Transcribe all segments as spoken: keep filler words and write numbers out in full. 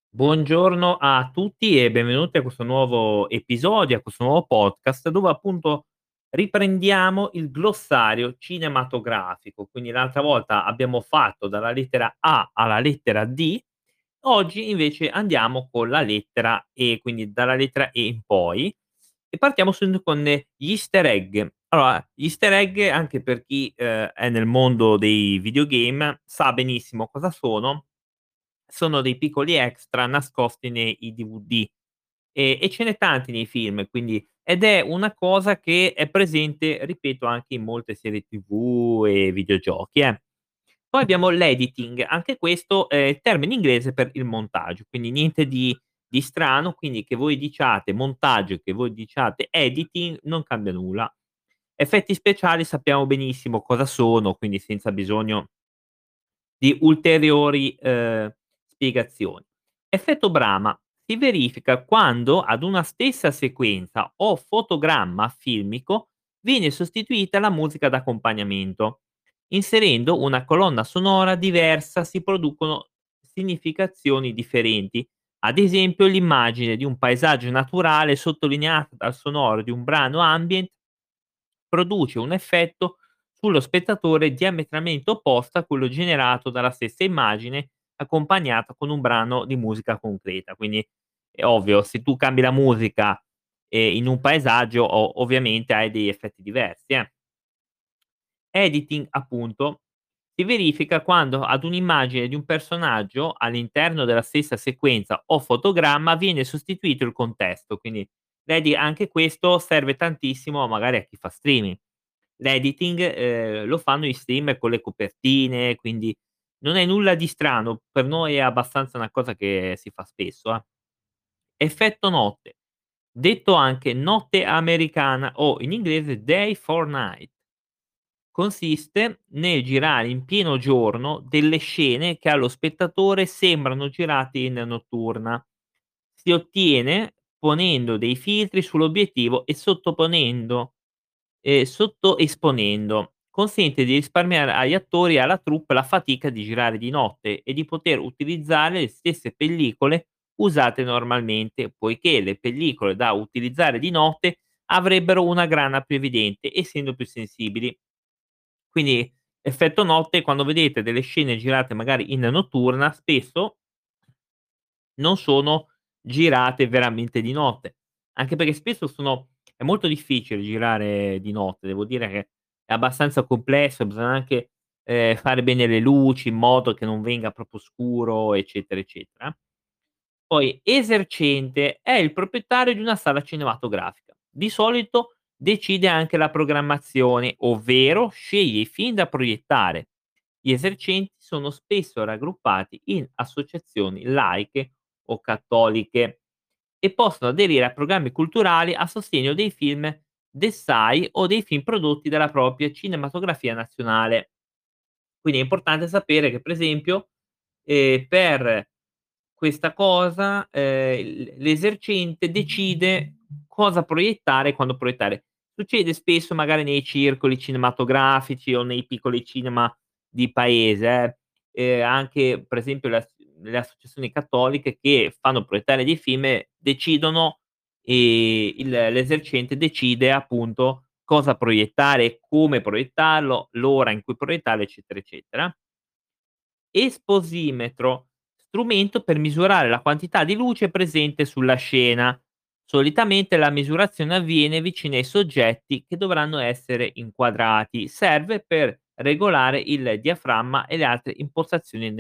Buongiorno a tutti e benvenuti a questo nuovo episodio, a questo nuovo podcast dove appunto riprendiamo il glossario cinematografico. Quindi l'altra volta abbiamo fatto dalla lettera A alla lettera D, oggi invece andiamo con la lettera E, quindi dalla lettera E in poi e partiamo subito con gli easter egg. Allora, gli easter egg anche per chi, ehm, è nel mondo dei videogame sa benissimo cosa sono. Sono dei piccoli extra nascosti nei D V D, e e ce n'è tanti nei film, quindi ed è una cosa che è presente, ripeto, anche in molte serie T V e videogiochi, eh. Poi abbiamo l'editing, anche questo è il termine inglese per il montaggio, quindi niente di di strano, quindi che voi diciate montaggio, che voi diciate editing, non cambia nulla. Effetti speciali sappiamo benissimo cosa sono, quindi senza bisogno di ulteriori, ehm, spiegazioni. Effetto Brama si verifica quando ad una stessa sequenza o fotogramma filmico viene sostituita la musica d'accompagnamento. Inserendo una colonna sonora diversa si producono significazioni differenti. Ad esempio, l'immagine di un paesaggio naturale sottolineata dal sonoro di un brano ambient produce un effetto sullo spettatore diametralmente opposto a quello generato dalla stessa immagine accompagnata con un brano di musica concreta. Quindi è ovvio, se tu cambi la musica, ehm, in un paesaggio o ovviamente hai degli effetti diversi, eh. Editing, appunto, si verifica quando ad un'immagine di un personaggio all'interno della stessa sequenza o fotogramma viene sostituito il contesto. Quindi vedi, anche questo serve tantissimo magari a chi fa streaming. L'editing, ehm, lo fanno in streamer con le copertine, quindi non è nulla di strano, per noi è abbastanza una cosa che si fa spesso, eh. Effetto notte, detto anche notte americana o in inglese day for night. Consiste nel girare in pieno giorno delle scene che allo spettatore sembrano girate in notturna. Si ottiene ponendo dei filtri sull'obiettivo e sottoponendo ehm, sottoesponendo. Consente di risparmiare agli attori e alla troupe la fatica di girare di notte e di poter utilizzare le stesse pellicole usate normalmente, poiché le pellicole da utilizzare di notte avrebbero una grana più evidente, essendo più sensibili. Quindi, effetto notte, quando vedete delle scene girate magari in notturna, spesso non sono girate veramente di notte, anche perché spesso sono è molto difficile girare di notte, devo dire che è abbastanza complesso, bisogna anche, ehm, fare bene le luci in modo che non venga proprio scuro, eccetera, eccetera. Poi esercente è il proprietario di una sala cinematografica. Di solito decide anche la programmazione, ovvero sceglie i film da proiettare. Gli esercenti sono spesso raggruppati in associazioni laiche o cattoliche e possono aderire a programmi culturali a sostegno dei film d'essai o dei film prodotti dalla propria cinematografia nazionale. Quindi è importante sapere che, per esempio, ehm, per questa cosa, ehm, l l'esercente decide cosa proiettare e quando proiettare. Succede spesso magari nei circoli cinematografici o nei piccoli cinema di paese, eh, ehm, anche per esempio le as le associazioni cattoliche che fanno proiettare dei film e decidono ehm, il l'esercente decide appunto cosa proiettare, come proiettarlo, l'ora in cui proiettarlo, eccetera, eccetera. Esposimetro, strumento per misurare la quantità di luce presente sulla scena. Solitamente la misurazione avviene vicino ai soggetti che dovranno essere inquadrati. Serve per regolare il diaframma e le altre impostazioni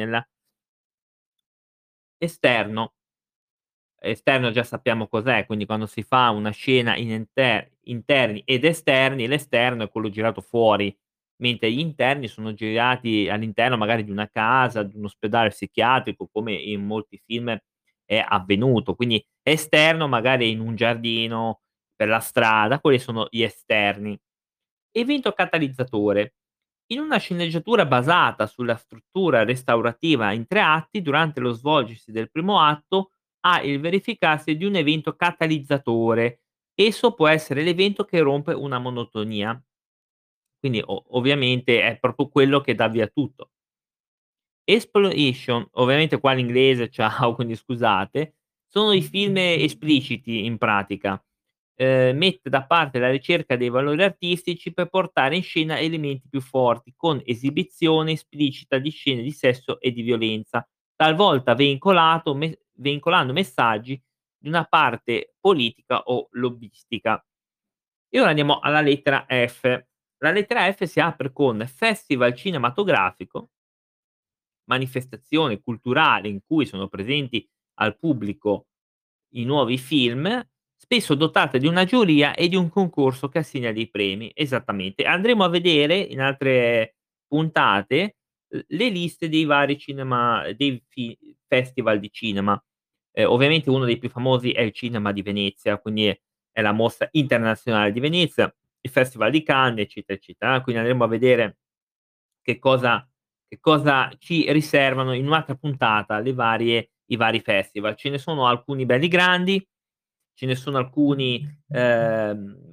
nell'esterno. Esterno già sappiamo cos'è, quindi quando si fa una scena in enter interni ed esterni, l'esterno è quello girato fuori, mentre gli interni sono girati all'interno magari di una casa, di un ospedale psichiatrico, come in molti film è avvenuto. Quindi esterno magari in un giardino, per la strada, quelli sono gli esterni. Evento catalizzatore. In una sceneggiatura basata sulla struttura restaurativa in tre atti, durante lo svolgersi del primo atto ha il verificarsi di un evento catalizzatore. Esso può essere l'evento che rompe una monotonia, quindi o ovviamente è proprio quello che dà via tutto. Exploitation, ovviamente qua l'inglese ciao, quindi scusate, sono i film espliciti in pratica. Ehm, mette da parte la ricerca dei valori artistici per portare in scena elementi più forti, con esibizione esplicita di scene di sesso e di violenza, talvolta veicolato me veicolando messaggi di una parte politica o lobbistica. E ora andiamo alla lettera F. La lettera F si apre con festival cinematografico, manifestazione culturale in cui sono presenti al pubblico i nuovi film, spesso dotate di una giuria e di un concorso che assegna dei premi. Esattamente. Andremo a vedere in altre puntate l le liste dei vari cinema dei fi festival di cinema. Ehm, ovviamente uno dei più famosi è il Cinema di Venezia, quindi è è la mostra internazionale di Venezia, il Festival di Cannes, eccetera, eccetera. Quindi andremo a vedere che cosa che cosa ci riservano in un'altra puntata le varie i vari festival. Ce ne sono alcuni belli grandi, ce ne sono alcuni, ehm,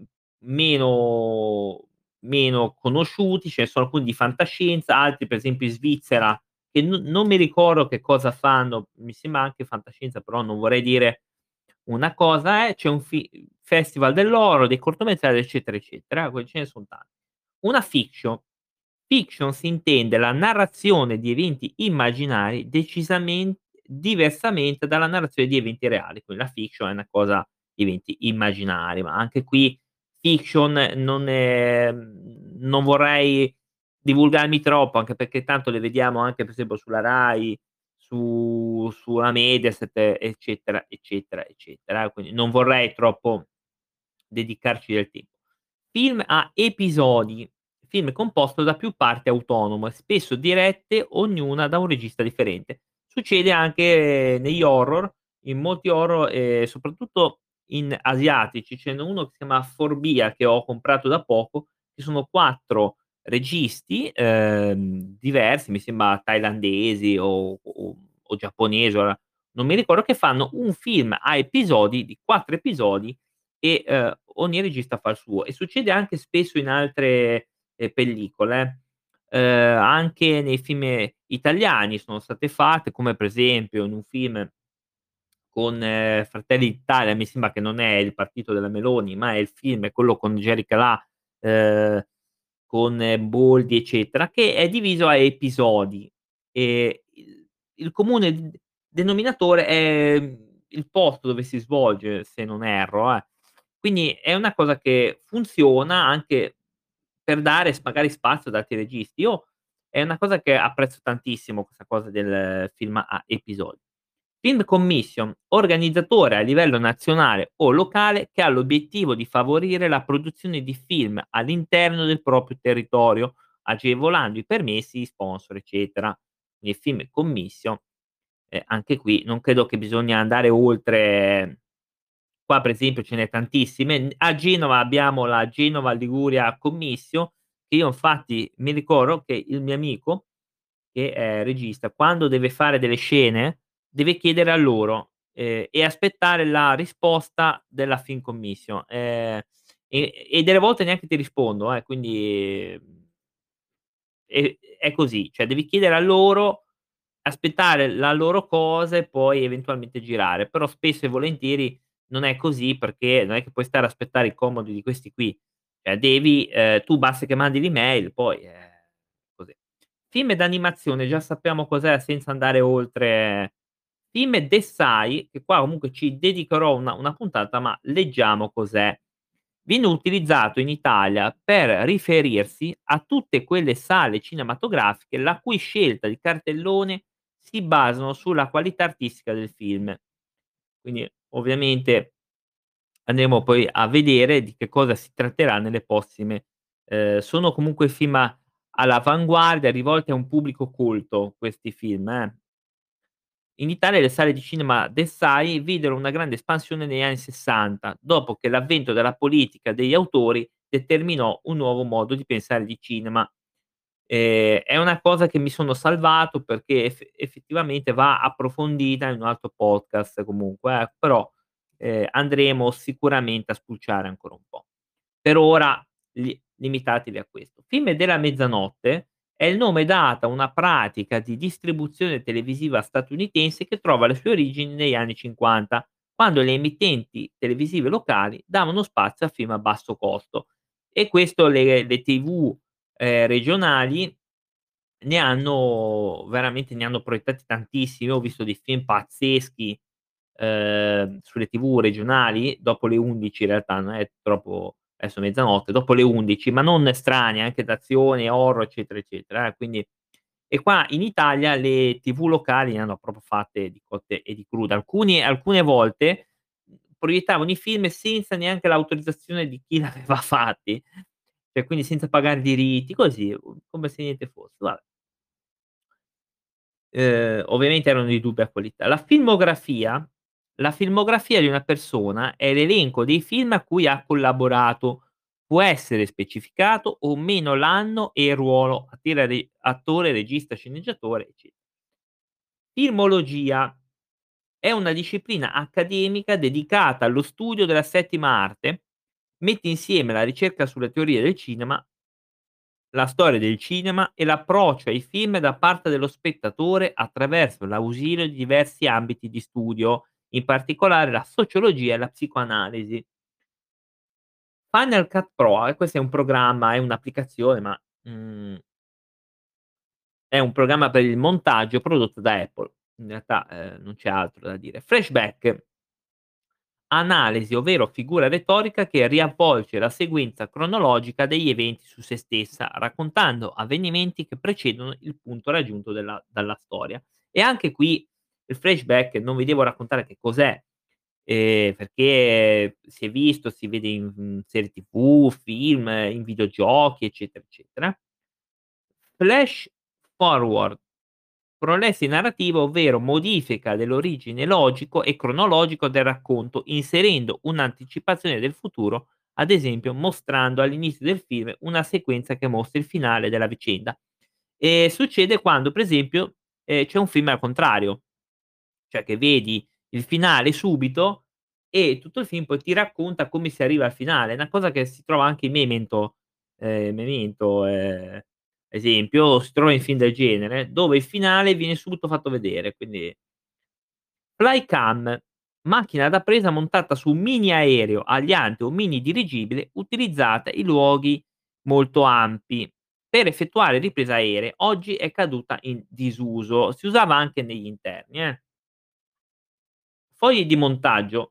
meno meno conosciuti, ce ne sono alcuni di fantascienza, altri per esempio in Svizzera che n non mi ricordo che cosa fanno, mi sembra anche fantascienza, però non vorrei dire una cosa, eh, c'è un fi festival dell'oro, dei cortometraggi, eccetera, eccetera, poi ce ne son tanti. Una fiction. Fiction si intende la narrazione di eventi immaginari decisamen diversamente dalla narrazione di eventi reali. Quindi la fiction è una cosa di eventi immaginari, ma anche qui fiction non è mhmm, non vorrei divulgarmi troppo, anche perché tanto le vediamo anche per esempio sulla Rai, su sulla Mediaset, eccetera, eccetera, eccetera. Quindi non vorrei troppo dedicarci del tempo. Film a episodi. Film composto da più parti autonome, spesso dirette ognuna da un regista differente. Succede anche negli horror, in molti horror, ehm, soprattutto in asiatici, ce n'è uno che si chiama Forbia che ho comprato da poco, ci sono quattro registi, ehm, diversi, mi sembra thailandesi o o o giapponesi, ora non mi ricordo, che fanno un film a episodi di quattro episodi e, ehm, ogni regista fa il suo. E succede anche spesso in altre, ehm, pellicole, ehm, anche nei film italiani sono state fatte, come per esempio in un film con eh, Fratelli d'Italia, mi sembra che non è il partito della Meloni, ma è il film è quello con Geri Calà, ehm, con eh, Boldi, eccetera, che è diviso a episodi. E il il comune d denominatore è, mhmm, il posto dove si svolge, se non erro, eh. Quindi è una cosa che funziona anche per dare s magari spazio ad altri registi. Io è una cosa che apprezzo tantissimo, questa cosa del film a episodi. Film Commission, organizzatore a livello nazionale o locale che ha l'obiettivo di favorire la produzione di film all'interno del proprio territorio, agevolando i permessi di sponsor, eccetera. Quindi film Commission, ehm, anche qui non credo che bisogna andare oltre. Qua per esempio ce n'è tantissime. N A Genova abbiamo la Genova Liguria Commission, che io infatti mi ricordo che il mio amico, che è regista, quando deve fare delle scene, deve chiedere a loro, ehm, e aspettare la risposta della film commission. Ehm, e e delle volte neanche ti rispondo, eh, quindi, mhmm e è così, cioè devi chiedere a loro, aspettare la loro cosa e poi eventualmente girare, però spesso e volentieri non è così, perché non è che puoi stare a aspettare i comodi di questi qui, cioè devi ehm, tu basta che mandi l'email, poi, ehm, così. Film d'animazione, già sappiamo cos'è senza andare oltre. Film Dessai, che qua comunque ci dedicherò una una puntata, ma leggiamo cos'è. Viene utilizzato in Italia per riferirsi a tutte quelle sale cinematografiche la cui scelta di cartellone si basano sulla qualità artistica del film. Quindi ovviamente andremo poi a vedere di che cosa si tratterà nelle prossime. Ehm, sono comunque film a all'avanguardia, rivolti a un pubblico colto questi film, eh. In Italia le sale di cinema Dessai videro una grande espansione negli anni 'sessanta, dopo che l'avvento della politica degli autori determinò un nuovo modo di pensare di cinema. Ehm, è una cosa che mi sono salvato perché eff effettivamente va approfondita in un altro podcast comunque, eh, però, ehm, andremo sicuramente a spulciare ancora un po'. Per ora li limitatevi a questo. Film della mezzanotte, È il nome dato a una pratica di distribuzione televisiva statunitense che trova le sue origini negli anni 'cinquanta, quando le emittenti televisive locali davano spazio a film a basso costo. E questo le le T V, ehm, regionali ne hanno veramente ne hanno proiettati tantissimi. Ho visto dei film pazzeschi, ehm, sulle T V regionali dopo le undici, in realtà non è troppo, adesso è mezzanotte, dopo le undici, ma non strani, anche d'azione, horror, eccetera, eccetera, eh, quindi e qua in Italia le T V locali ne hanno proprio fatte di cotte e di crude. Alcuni alcune volte, mhmm, proiettavano i film senza neanche l'autorizzazione di chi l'aveva fatti, cioè quindi senza pagare diritti, così, u come se niente fosse. Vabbè. Ehm, ovviamente erano di dubbia qualità. La filmografia la filmografia di una persona è l'elenco dei film a cui ha collaborato. Può essere specificato o meno l'anno e il ruolo, attira re attore, regista, sceneggiatore, ecce Filmologia è una disciplina accademica dedicata allo studio della settima arte, mette insieme la ricerca sulle teorie del cinema, la storia del cinema e l'approccio ai film da parte dello spettatore attraverso l'ausilio di diversi ambiti di studio, in particolare la sociologia e la psicoanalisi. Final Cut Pro, e questo è un programma, è un'applicazione, ma, mhmm, è un programma per il montaggio prodotto da Apple. In realtà, ehm, non c'è altro da dire. Flashback, analisi, ovvero figura retorica che riavvolge la sequenza cronologica degli eventi su se stessa, raccontando avvenimenti che precedono il punto raggiunto della dalla storia. E anche qui il flashback non vi devo raccontare che cos'è, ehm, perché si è visto, si vede in, mhmm, serie T V, film, in videogiochi, eccetera, eccetera. Flash forward, prolessi narrativa, ovvero modifica dell'origine logico e cronologico del racconto, inserendo un'anticipazione del futuro, ad esempio mostrando all'inizio del film una sequenza che mostra il finale della vicenda. Ehm, succede quando per esempio, ehm, c'è un film al contrario, cioè che vedi il finale subito e tutto il film poi ti racconta come si arriva al finale. È una cosa che si trova anche in Memento, ehm, Memento, ehm, esempio, si trova in film del genere, dove il finale viene subito fatto vedere, quindi Flycam, macchina da presa montata su un mini aereo aliante o mini dirigibile utilizzata in luoghi molto ampi per effettuare riprese aeree. Oggi è caduta in disuso, si usava anche negli interni, eh. Fogli di montaggio.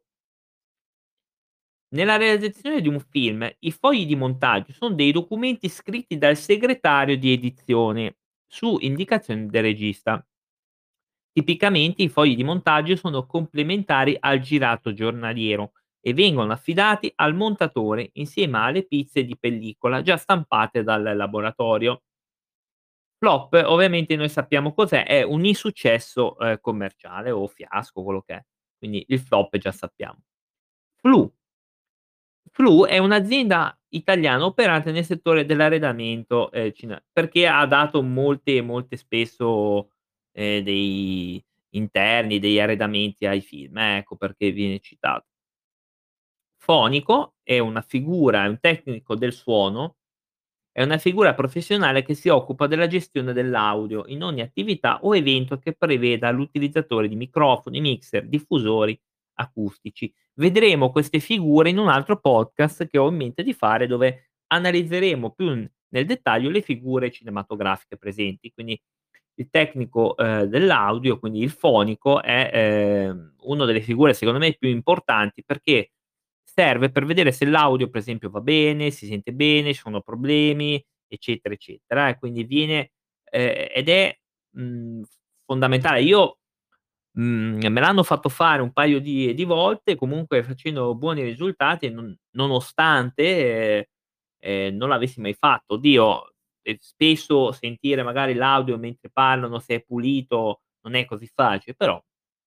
Nella realizzazione di un film, i fogli di montaggio son dei documenti scritti dal segretario di edizione su indicazione del regista. Tipicamente i fogli di montaggio sono complementari al girato giornaliero e vengono affidati al montatore insieme alle pizze di pellicola già stampate dal laboratorio. Flop, ovviamente noi sappiamo cos'è, è un insuccesso, ehm, commerciale o fiasco, quello che è. Quindi il flop già sappiamo. Flu. Flu è un'azienda italiana operante nel settore dell'arredamento, ehm, cine perché ha dato molte molte spesso, ehm, dei interni, degli arredamenti ai film, eh, ecco perché viene citato. Fonico è una figura, è un tecnico del suono, è una figura professionale che si occupa della gestione dell'audio in ogni attività o evento che preveda l'utilizzatore di microfoni, mixer, diffusori acustici. Vedremo queste figure in un altro podcast che ho in mente di fare, dove analizzeremo più n nel dettaglio le figure cinematografiche presenti. Quindi il tecnico, ehm, dell'audio, quindi il fonico, è, ehm, uno delle figure secondo me più importanti, perché serve per vedere se l'audio per esempio va bene, si sente bene, ci sono problemi, eccetera, eccetera, eh, quindi viene ehm, ed è, mhmm, fondamentale. Io, mhmm, me l'hanno fatto fare un paio di di volte, comunque facendo buoni risultati, non nonostante, ehm, non l'avessi mai fatto. Oddio, ehm, spesso sentire magari l'audio mentre parlano, se è pulito, non è così facile, però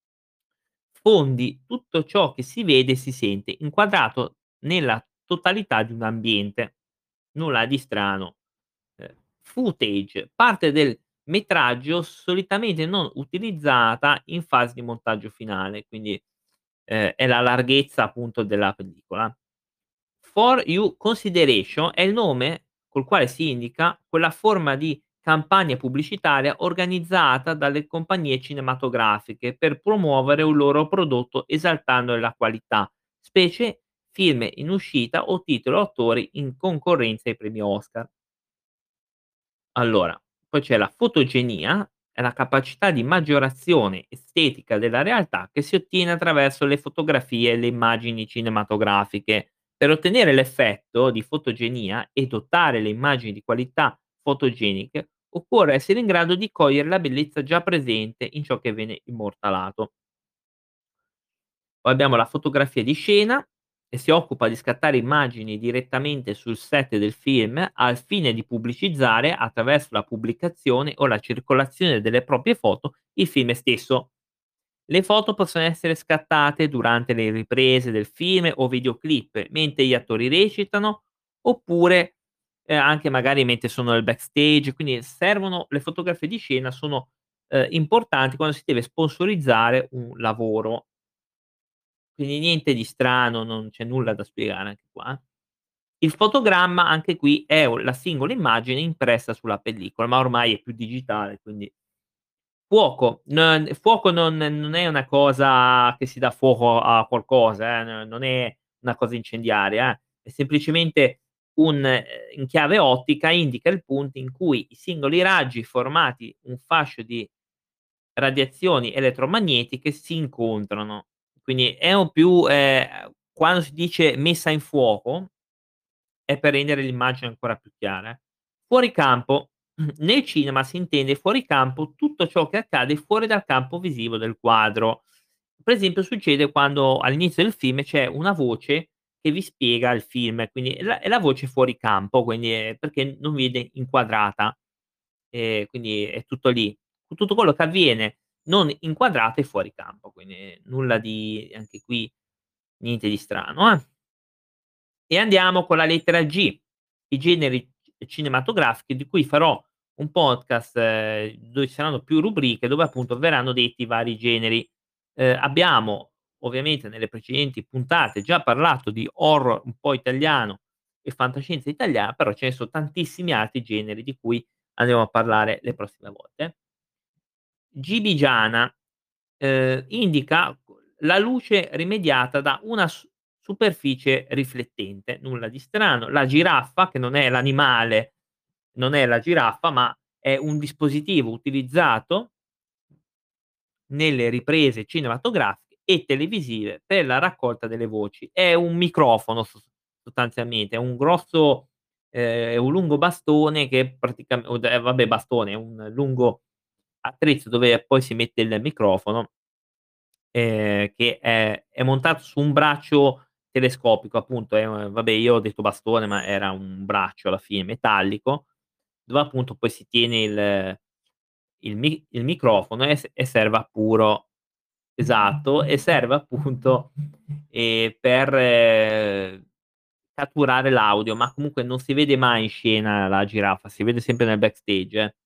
fondi tutto ciò che si vede e si sente, inquadrato nella totalità di un ambiente. Nulla di strano. Ehm, footage, parte del metraggio solitamente non utilizzata in fase di montaggio finale, quindi, ehm, è la larghezza appunto della pellicola. For you consideration è il nome col quale si indica quella forma di campagna pubblicitaria organizzata dalle compagnie cinematografiche per promuovere un loro prodotto esaltandone la qualità, specie film in uscita o titoli o attori in concorrenza ai premi Oscar. Allora, poi c'è la fotogenia, è la capacità di maggiorazione estetica della realtà che si ottiene attraverso le fotografie e le immagini cinematografiche. Per ottenere l'effetto di fotogenia e dotare le immagini di qualità fotogeniche, occorre essere in grado di cogliere la bellezza già presente in ciò che viene immortalato. Poi abbiamo la fotografia di scena, che si occupa di scattare immagini direttamente sul set del film al fine di pubblicizzare, attraverso la pubblicazione o la circolazione delle proprie foto, il film stesso. Le foto possono essere scattate durante le riprese del film o videoclip, mentre gli attori recitano, oppure eh, anche magari mentre sono nel backstage. Quindi servono le fotografie di scena, sono eh, importanti quando si deve sponsorizzare un lavoro. Quindi niente di strano, non c'è nulla da spiegare anche qua, eh. Il fotogramma anche qui è u la singola immagine impressa sulla pellicola, ma ormai è più digitale, quindi fuoco, non fuoco non non è una cosa che si dà fuoco a qualcosa, eh, n non è una cosa incendiaria, eh, è semplicemente un ehm, in chiave ottica indica il punto in cui i singoli raggi formati un fascio di radiazioni elettromagnetiche si incontrano. Quindi è un più ehm, quando si dice messa in fuoco, è per rendere l'immagine ancora più chiara, eh. Fuori campo, nel cinema si intende fuori campo tutto ciò che accade fuori dal campo visivo del quadro. Per esempio succede quando all'inizio del film c'è una voce che vi spiega il film, quindi è la è la voce fuori campo, quindi è perché non viene inquadrata. Ehm, quindi è tutto lì. Tutto quello che avviene non inquadrato è fuori campo, quindi nulla di anche qui niente di strano, eh. E andiamo con la lettera G, i generi c cinematografici di cui farò un podcast, ehm, dove ci saranno più rubriche, dove appunto verranno detti i vari generi. Ehm, abbiamo ovviamente nelle precedenti puntate già parlato di horror un po' italiano e fantascienza italiana, però ce ne so tantissimi altri generi di cui andremo a parlare le prossime volte. Gibigiana, ehm, indica la luce rimediata da una s superficie riflettente, nulla di strano. La giraffa, che non è l'animale, non è la giraffa, ma è un dispositivo utilizzato nelle riprese cinematografiche e televisive per la raccolta delle voci. È un microfono sos sostanzialmente, è un grosso ehm, è un lungo bastone che praticam o d eh, vabbè bastone, è un lungo attrezzo dove poi si mette il microfono, ehm, che è è montato su un braccio telescopico appunto, è un vabbè io ho detto bastone, ma era un braccio alla fine metallico, dove appunto poi si tiene il il mi il microfono e s e serve a puro esatto, e serve appunto, ehm, per eh, catturare l'audio, ma comunque non si vede mai in scena la giraffa, si vede sempre nel backstage, eh.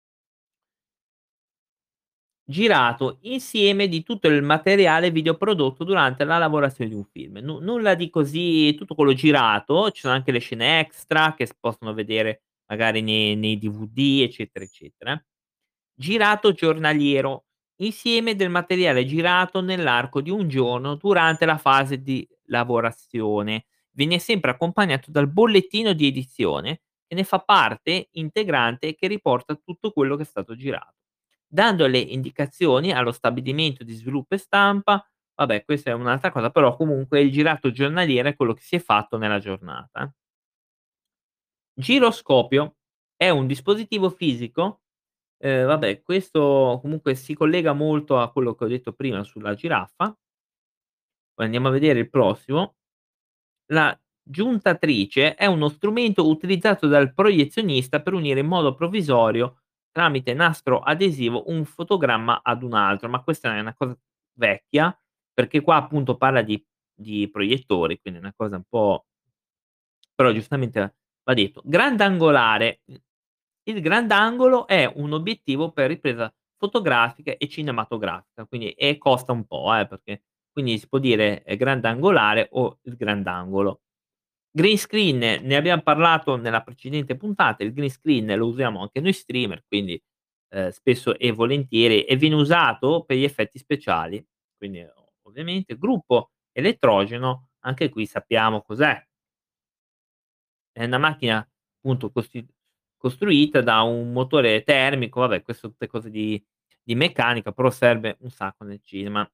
Girato insieme di tutto il materiale video prodotto durante la lavorazione di un film. Nu nulla di così tutto quello girato, ci sono anche le scene extra che si possono vedere magari nei nei D V D, eccetera, eccetera, eh. Girato giornaliero, insieme del materiale girato nell'arco di un giorno durante la fase di lavorazione. Viene sempre accompagnato dal bollettino di edizione che ne fa parte integrante e che riporta tutto quello che è stato girato, dando le indicazioni allo stabilimento di sviluppo e stampa. Vabbè, questa è un'altra cosa, però comunque il girato giornaliero è quello che si è fatto nella giornata, eh. Giroscopio è un dispositivo fisico. Ehm, vabbè, questo comunque si collega molto a quello che ho detto prima sulla giraffa. Poi andiamo a vedere il prossimo. La giuntatrice è uno strumento utilizzato dal proiezionista per unire in modo provvisorio, tramite nastro adesivo, un fotogramma ad un altro, ma questa è una cosa vecchia, perché qua appunto parla di di proiettori, quindi è una cosa un po'. Però giustamente va detto. Grandangolare. Mhmm, il grandangolo è un obiettivo per ripresa fotografica e cinematografica, quindi e costa un po', eh, perché quindi si può dire, ehm, grandangolare o il grandangolo. Green screen ne abbiam parlato nella precedente puntata, il green screen lo usiamo anche noi streamer, quindi, ehm, spesso e volentieri e viene usato per gli effetti speciali, quindi o ovviamente. Gruppo elettrogeno, anche qui sappiamo cos'è. È una macchina appunto costi costruita da un motore termico, vabbè questo tutte cose di di meccanica, però serve un sacco nel cinema.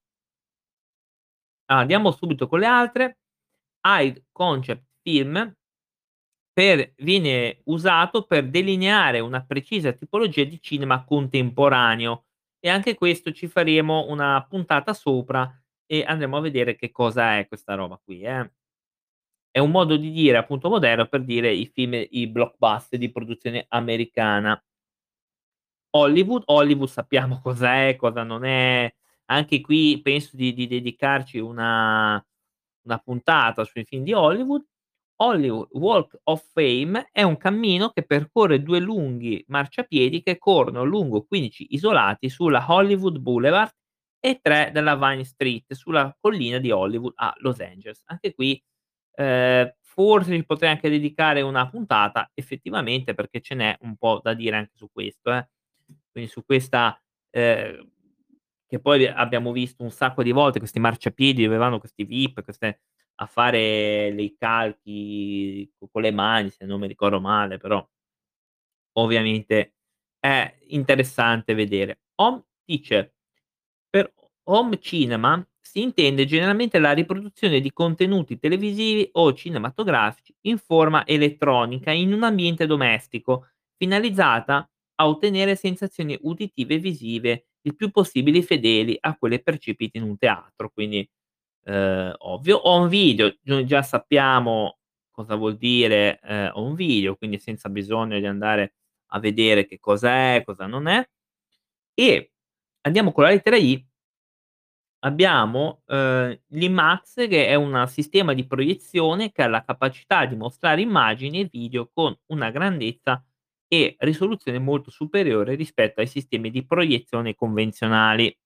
Ah, andiamo subito con le altre. High concept film per viene usato per delineare una precisa tipologia di cinema contemporaneo e anche questo ci faremo una puntata sopra e andremo a vedere che cosa è questa roba qui, eh. È un modo di dire appunto moderno per dire i film i blockbuster di produzione americana. Hollywood, Hollywood sappiamo cos'è, cosa non è. Anche qui penso di di dedicarci una una puntata sui film di Hollywood. Hollywood Walk of Fame è un cammino che percorre due lunghi marciapiedi che corrono lungo quindici isolati sulla Hollywood Boulevard e tre della Vine Street sulla collina di Hollywood a Los Angeles. Anche qui, ehm, forse ci potrei anche dedicare una puntata effettivamente perché ce n'è un po' da dire anche su questo, eh. Quindi su questa, ehm, che poi abbiamo visto un sacco di volte questi marciapiedi dove vanno questi V I P, queste a fare dei calchi co con le mani, se non mi ricordo male, però ovviamente è interessante vedere. Home dice: "Per home cinema si intende generalmente la riproduzione di contenuti televisivi o cinematografici in forma elettronica in un ambiente domestico, finalizzata a ottenere sensazioni uditive e visive il più possibili fedeli a quelle percepite in un teatro." Quindi, ehm, ovvio. Home video, noi già sappiamo cosa vuol dire, ehm, home video, quindi senza bisogno di andare a vedere che cosa è, cosa non è. E andiamo con la lettera I. Abbiamo, uhm, l'IMAX che è un sistema di proiezione che ha la capacità di mostrare immagini e video con una grandezza e risoluzione molto superiore rispetto ai sistemi di proiezione convenzionali.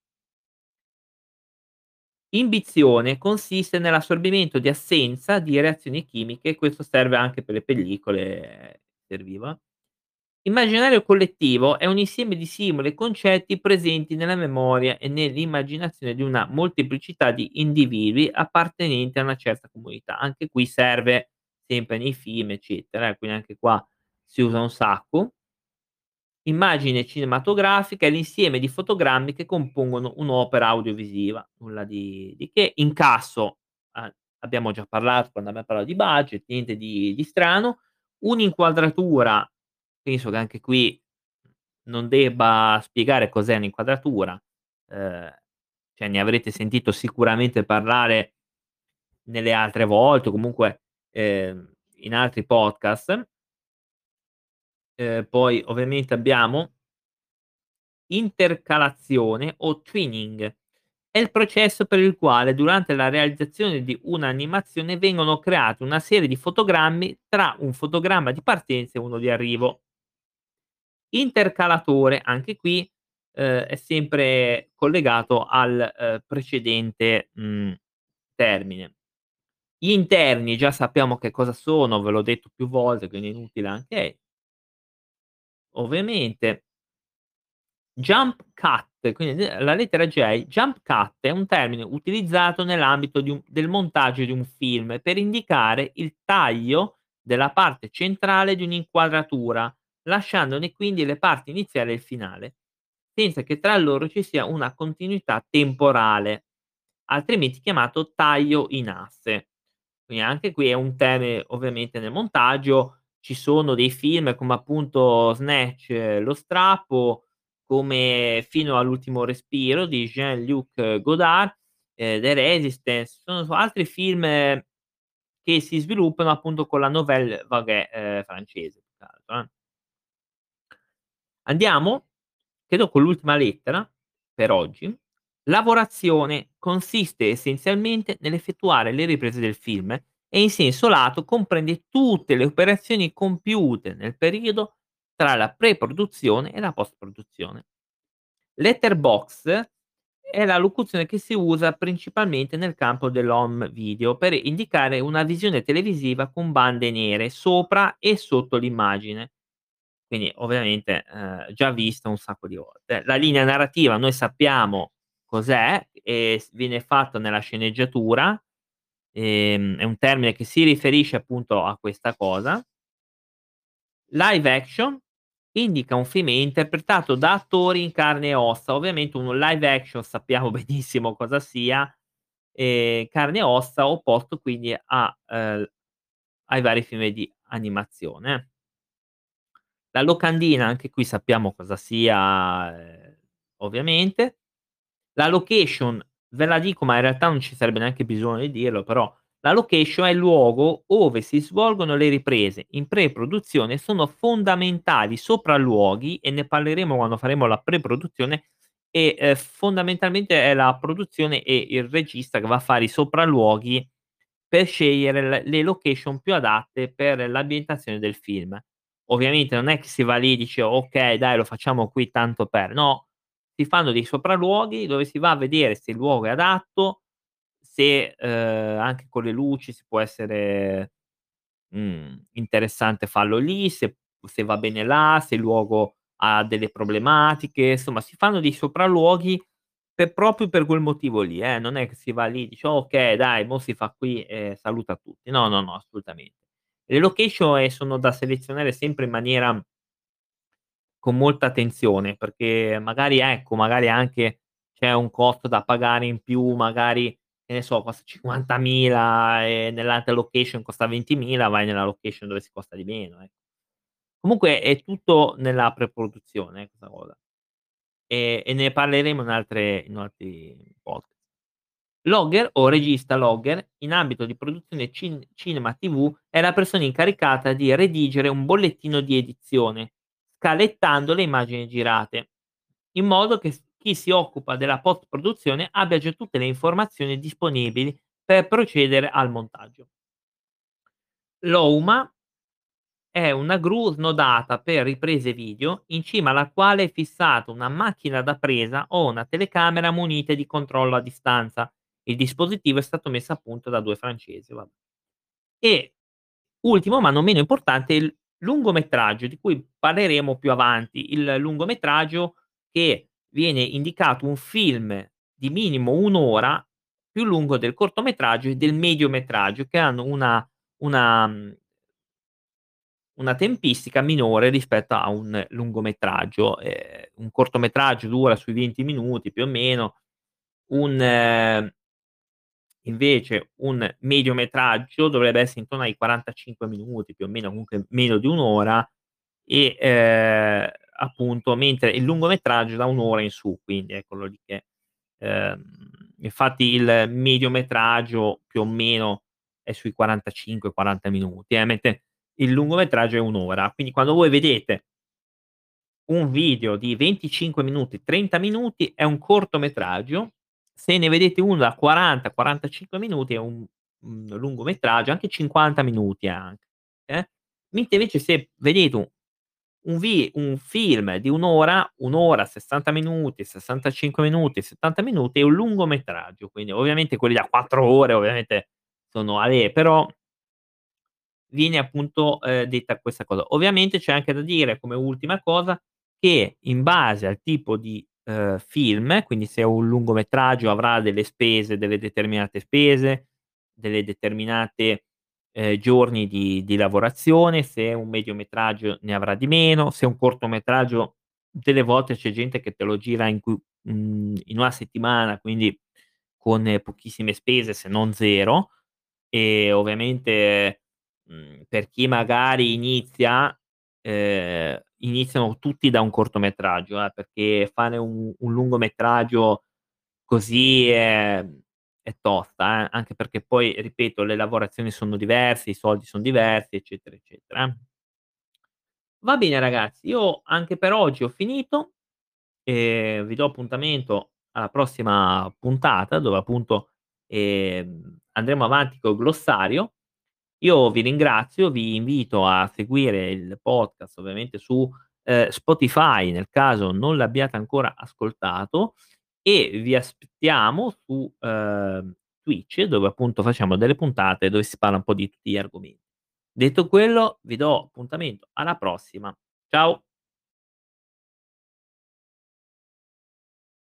Imbizione consiste nell'assorbimento di assenza di reazioni chimiche, questo serve anche per le pellicole, serviva. Immaginario collettivo è un insieme di simboli e concetti presenti nella memoria e nell'immaginazione di una molteplicità di individui appartenenti a una certa comunità. Anche qui serve sempre nei film, eccetera, eh, quindi anche qua si usa un sacco. Immagine cinematografica è l'insieme di fotogrammi che compongono un'opera audiovisiva, nulla di di che. Incasso, a abbiamo già parlato quando abbiamo parlato di budget, niente di di strano. Un'inquadratura, penso che anche qui non debba spiegare cos'è un'inquadratura, ehm, cioè ne avrete sentito sicuramente parlare nelle altre volte o comunque, ehm, in altri podcast. Ehm, poi ovviamente abbiamo intercalazione o twinning. È il processo per il quale durante la realizzazione di un'animazione vengono creati una serie di fotogrammi tra un fotogramma di partenza e uno di arrivo. Intercalatore, anche qui, ehm, è sempre collegato al, ehm, precedente, mhmm, termine. Gli interni già sappiamo che cosa sono, ve l'ho detto più volte, quindi è inutile anche ovviamente. Jump cut, quindi d la lettera J, jump cut è un termine utilizzato nell'ambito di un del montaggio di un film per indicare il taglio della parte centrale di un'inquadratura, lasciandone quindi le parti iniziale e il finale, senza che tra loro ci sia una continuità temporale, altrimenti chiamato taglio in asse. Quindi anche qui è un termine ovviamente nel montaggio, ci sono dei film come appunto Snatch, eh, Lo strappo, come Fino all'ultimo respiro di Jean-Luc Godard, ehm, The Resistance, sono so altri film eh, che si sviluppano appunto con la nouvelle vague, ehm, francese più che altro, eh. Andiamo, credo con l'ultima lettera per oggi. Lavorazione consiste essenzialmente nell'effettuare le riprese del film e in senso lato comprende tutte le operazioni compiute nel periodo tra la pre-produzione e la post-produzione. Letterbox È la locuzione che si usa principalmente nel campo dell'home video per indicare una visione televisiva con bande nere sopra e sotto l'immagine. Quindi ovviamente, ehm, già vista un sacco di volte. La linea narrativa noi sappiamo cos'è, e s viene fatta nella sceneggiatura, ehm, è un termine che si riferisce appunto a questa cosa. Live action indica un film interpretato da attori in carne e ossa. Ovviamente un live action sappiamo benissimo cosa sia, ehm, carne e ossa, opposto quindi a ehm, ai vari film di animazione. La locandina anche qui sappiamo cosa sia, ehm, ovviamente. La location ve la dico, ma in realtà non ci sarebbe neanche bisogno di dirlo, però la location è il luogo ove si svolgono le riprese. In pre-produzione sono fondamentali sopralluoghi, e ne parleremo quando faremo la pre-produzione, e, ehm, fondamentalmente è la produzione e il regista che va a fare i sopralluoghi per scegliere l le location più adatte per l'ambientazione del film. Ovviamente non è che si va lì e dice: "Okay dai, lo facciamo qui tanto per", no, si fanno dei sopralluoghi dove si va a vedere se il luogo è adatto, se, ehm, anche con le luci si può essere, mhmm, interessante farlo lì, se se va bene là, se il luogo ha delle problematiche, insomma si fanno dei sopralluoghi per proprio per quel motivo lì, eh, non è che si va lì e dice: "Okay dai, mo si fa qui e saluta tutti." No, no, no, assolutamente. Le location, ehm, sono da selezionare sempre in maniera con molta attenzione, perché magari ecco, magari anche c'è un costo da pagare in più, magari, che ne so, costa cinquantamila e nell'altra location costa ventimila, vai nella location dove si costa di meno, ecco. Comunque è tutto nella pre-produzione, eh, questa cosa. E e ne parleremo in altre in altri podcast. Logger o regista logger, in ambito di produzione cin cinema T V, è la persona incaricata di redigere un bollettino di edizione, scalettando le immagini girate, in modo che s chi si occupa della post produzione abbia già tutte le informazioni disponibili per procedere al montaggio. L'O U M A è una gru snodata per riprese video, in cima alla quale è fissata una macchina da presa o una telecamera munite di controllo a distanza. Il dispositivo è stato messo a punto da due francesi, vabbè. E ultimo, ma non meno importante, il lungometraggio di cui parleremo più avanti. Il lungometraggio che viene indicato un film di minimo un ora più lungo del cortometraggio e del mediometraggio, che hanno una una mhmm una tempistica minore rispetto a un lungometraggio. Ehm, un cortometraggio dura sui venti minuti più o meno, un eh, invece un mediometraggio dovrebbe essere intorno ai quarantacinque minuti, più o meno, comunque meno di un ora, e, ehm, appunto mentre il lungometraggio da un ora in su, quindi eccolo lì che ehm, infatti il mediometraggio più o meno è sui quarantacinque, quaranta minuti, eh, mentre il lungometraggio è un ora. Quindi quando voi vedete un video di venticinque minuti, trenta minuti è un cortometraggio, se ne vedete uno da quaranta, quarantacinque minuti è un un lungometraggio, anche cinquanta minuti anche, eh. Mentre invece se vedete un un vi un film di un ora, un ora, sessanta minuti, sessantacinque minuti, settanta minuti è un lungometraggio, quindi ovviamente quelli da quattro ore ovviamente sono alè, però viene appunto, ehm, detta questa cosa. Ovviamente c'è anche da dire, come ultima cosa, che in base al tipo di, ehm, film, quindi se è un lungometraggio avrà delle spese, delle determinate spese, delle determinate, ehm, giorni di di lavorazione, se è un mediometraggio ne avrà di meno, se è un cortometraggio delle volte c'è gente che te lo gira in cu mhmm, in una settimana, quindi con eh, pochissime spese, se non zero. E ovviamente, mhmm, per chi magari inizia, ehm, iniziano tutti da un cortometraggio, eh, perché fare un un lungometraggio così è è tosta, eh, anche perché poi, ripeto, le lavorazioni sono diverse, i soldi son diversi, eccetera, eccetera, eh. Va bene ragazzi, io anche per oggi ho finito. Ehm, vi do appuntamento alla prossima puntata dove appunto, ehm, andremo avanti col glossario. Io vi ringrazio, vi invito a seguire il podcast ovviamente su, ehm, Spotify nel caso non l'abbiate ancora ascoltato, e vi aspettiamo su, ehm, Twitch dove appunto facciamo delle puntate dove si parla un po' di tutti gli argomenti. Detto quello, vi do appuntamento alla prossima. Ciao.